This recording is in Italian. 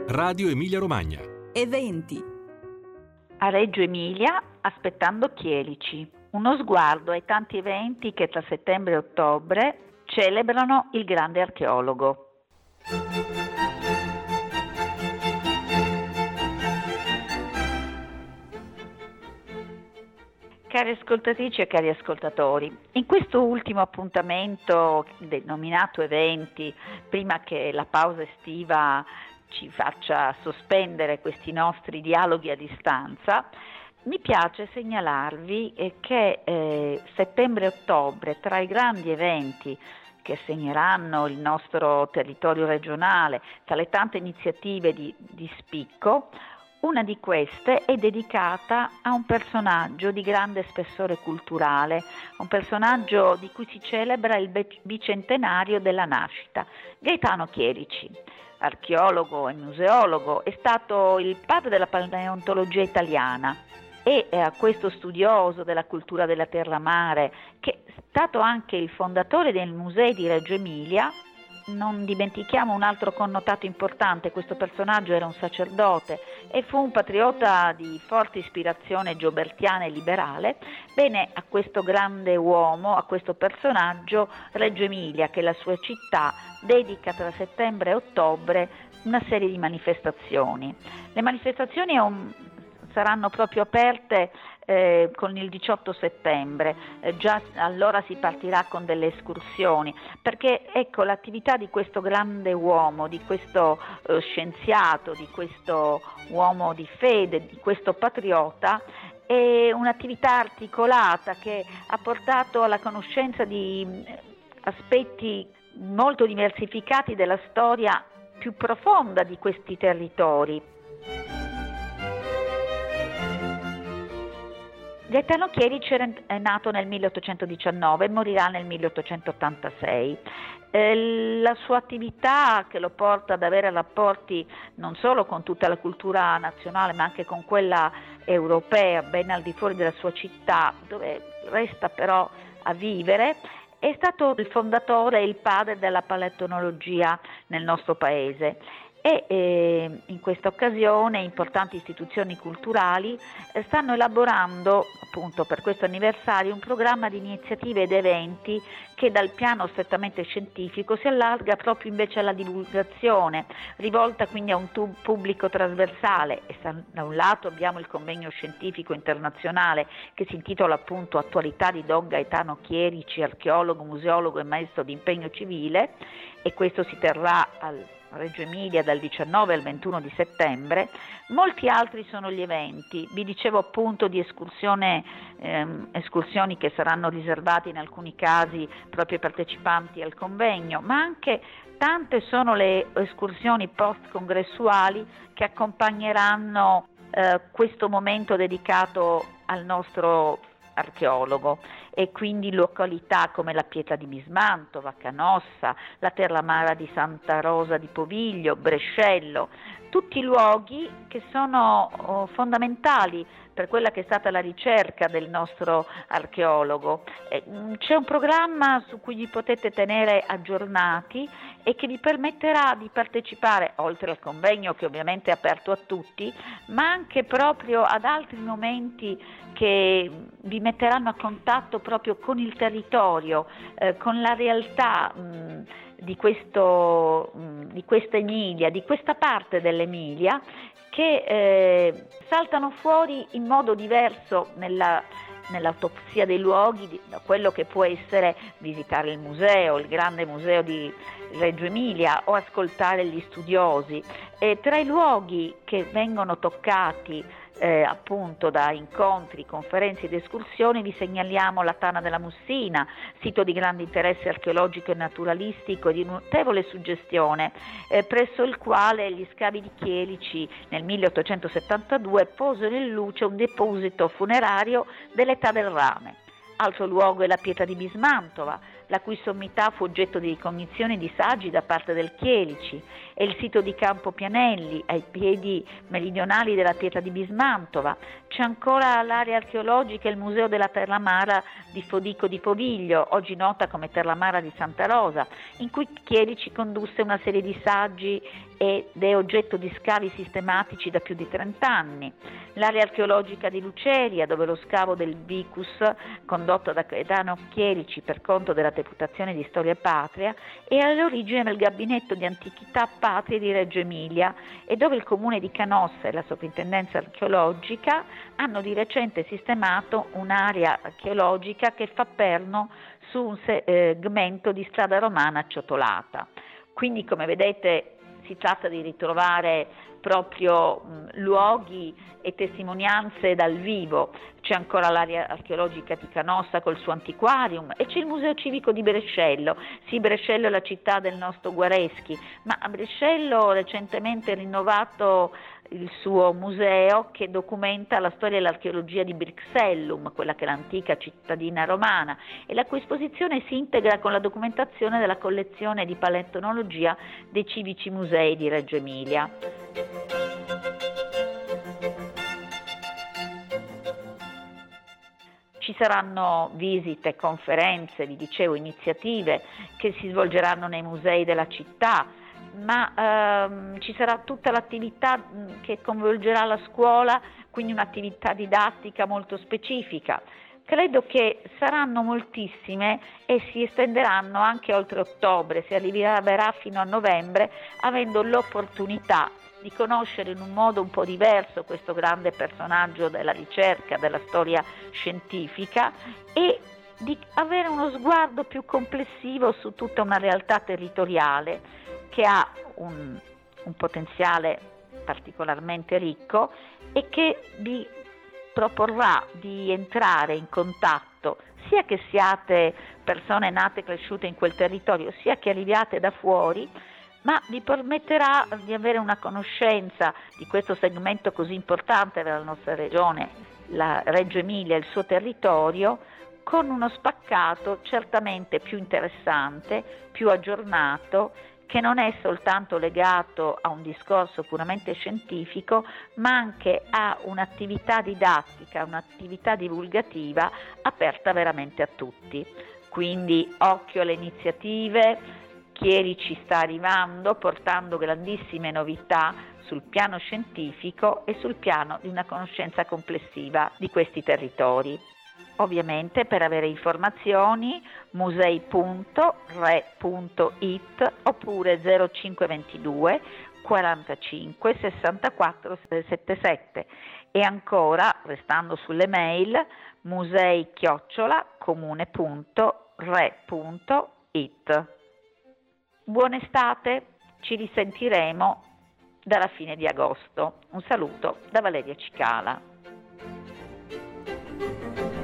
Radio Emilia Romagna. Eventi. A Reggio Emilia, aspettando Chielici. Uno sguardo ai tanti eventi che tra settembre e ottobre celebrano il grande archeologo. Cari ascoltatrici e cari ascoltatori, in questo ultimo appuntamento denominato Eventi, prima che la pausa estiva ci faccia sospendere questi nostri dialoghi a distanza, mi piace segnalarvi che settembre e ottobre, tra i grandi eventi che segneranno il nostro territorio regionale, tra le tante iniziative di spicco, una di queste è dedicata a un personaggio di grande spessore culturale, un personaggio di cui si celebra il bicentenario della nascita, Gaetano Chierici. Archeologo e museologo, è stato il padre della paleontologia italiana e a questo studioso della cultura della terra-mare, che è stato anche il fondatore dei musei di Reggio Emilia. Non dimentichiamo un altro connotato importante: questo personaggio era un sacerdote e fu un patriota di forte ispirazione giobertiana e liberale. Bene, a questo grande uomo, a questo personaggio, Reggio Emilia, che è la sua città, dedica tra settembre e ottobre una serie di manifestazioni. Le manifestazioni saranno proprio aperte con il 18 settembre, già allora si partirà con delle escursioni, perché ecco, l'attività di questo grande uomo, di questo scienziato, di questo uomo di fede, di questo patriota, è un'attività articolata che ha portato alla conoscenza di aspetti molto diversificati della storia più profonda di questi territori. Gaetano Chierici è nato nel 1819 e morirà nel 1886. La sua attività, che lo porta ad avere rapporti non solo con tutta la cultura nazionale ma anche con quella europea, ben al di fuori della sua città, dove resta però a vivere, è stato il fondatore e il padre della paleontologia nel nostro paese. E in questa occasione importanti istituzioni culturali stanno elaborando appunto per questo anniversario un programma di iniziative ed eventi che dal piano strettamente scientifico si allarga proprio invece alla divulgazione, rivolta quindi a un pubblico trasversale. E da un lato abbiamo il convegno scientifico internazionale che si intitola appunto Attualità di Don Gaetano Chierici, archeologo, museologo e maestro di impegno civile, e questo si terrà al Reggio Emilia dal 19 al 21 di settembre. Molti altri sono gli eventi, vi dicevo appunto di escursioni che saranno riservate in alcuni casi proprio ai partecipanti al convegno, ma anche tante sono le escursioni post-congressuali che accompagneranno questo momento dedicato al nostro archeologo, e quindi località come la Pietra di Bismantova, Canossa, la Terramara di Santa Rosa di Poviglio, Brescello, tutti luoghi che sono fondamentali per quella che è stata la ricerca del nostro archeologo. C'è un programma su cui vi potete tenere aggiornati e che vi permetterà di partecipare, oltre al convegno che ovviamente è aperto a tutti, ma anche proprio ad altri momenti che vi metteranno a contatto proprio con il territorio, con la realtà di questa Emilia, di questa parte dell'Emilia, che saltano fuori in modo diverso nell'autopsia dei luoghi da quello che può essere visitare il museo, il grande museo di Reggio Emilia, o ascoltare gli studiosi. Tra i luoghi che vengono toccati appunto da incontri, conferenze ed escursioni vi segnaliamo la Tana della Mussina, sito di grande interesse archeologico e naturalistico e di notevole suggestione, presso il quale gli scavi di Chielici nel 1872 posero in luce un deposito funerario dell'età del rame. Altro luogo è la Pietra di Bismantova, la cui sommità fu oggetto di ricognizione di saggi da parte del Chielici, e il sito di Campo Pianelli, ai piedi meridionali della pietra di Bismantova. C'è ancora l'area archeologica e il Museo della Terlamara di Fodico di Poviglio, oggi nota come Terlamara di Santa Rosa, in cui Chieri ci condusse una serie di saggi ed è oggetto di scavi sistematici da più di 30 anni. L'area archeologica di Luceria, dove lo scavo del Vicus, condotto da Gaetano Chierici per conto della Deputazione di Storia Patria, è all'origine del Gabinetto di Antichità Patrie di Reggio Emilia e dove il Comune di Canossa e la Soprintendenza archeologica hanno di recente sistemato un'area archeologica che fa perno su un segmento di strada romana ciotolata. Quindi, come vedete, si tratta di ritrovare proprio luoghi e testimonianze dal vivo. C'è ancora l'area archeologica di Canossa col suo antiquarium e c'è il Museo Civico di Brescello. Sì, Brescello è la città del nostro Guareschi, ma a Brescello recentemente rinnovato il suo museo che documenta la storia e l'archeologia di Brixellum, quella che è l'antica cittadina romana, e la cui esposizione si integra con la documentazione della collezione di paleontologia dei civici musei di Reggio Emilia. Ci saranno visite, conferenze, vi dicevo, iniziative che si svolgeranno nei musei della città, ma ci sarà tutta l'attività che coinvolgerà la scuola, quindi un'attività didattica molto specifica. Credo che saranno moltissime e si estenderanno anche oltre ottobre, si arriverà fino a novembre, avendo l'opportunità di conoscere in un modo un po' diverso questo grande personaggio della ricerca, della storia scientifica, e di avere uno sguardo più complessivo su tutta una realtà territoriale che ha un potenziale particolarmente ricco e che vi proporrà di entrare in contatto, sia che siate persone nate e cresciute in quel territorio, sia che arriviate da fuori, ma vi permetterà di avere una conoscenza di questo segmento così importante della nostra regione, la Reggio Emilia e il suo territorio, con uno spaccato certamente più interessante, più aggiornato, che non è soltanto legato a un discorso puramente scientifico, ma anche a un'attività didattica, un'attività divulgativa aperta veramente a tutti. Quindi occhio alle iniziative. Chieri ci sta arrivando portando grandissime novità sul piano scientifico e sul piano di una conoscenza complessiva di questi territori. Ovviamente, per avere informazioni, musei.re.it oppure 0522 45 64 77, e ancora, restando sulle mail, musei@comune.re.it. Buona estate, ci risentiremo dalla fine di agosto. Un saluto da Valeria Cicala.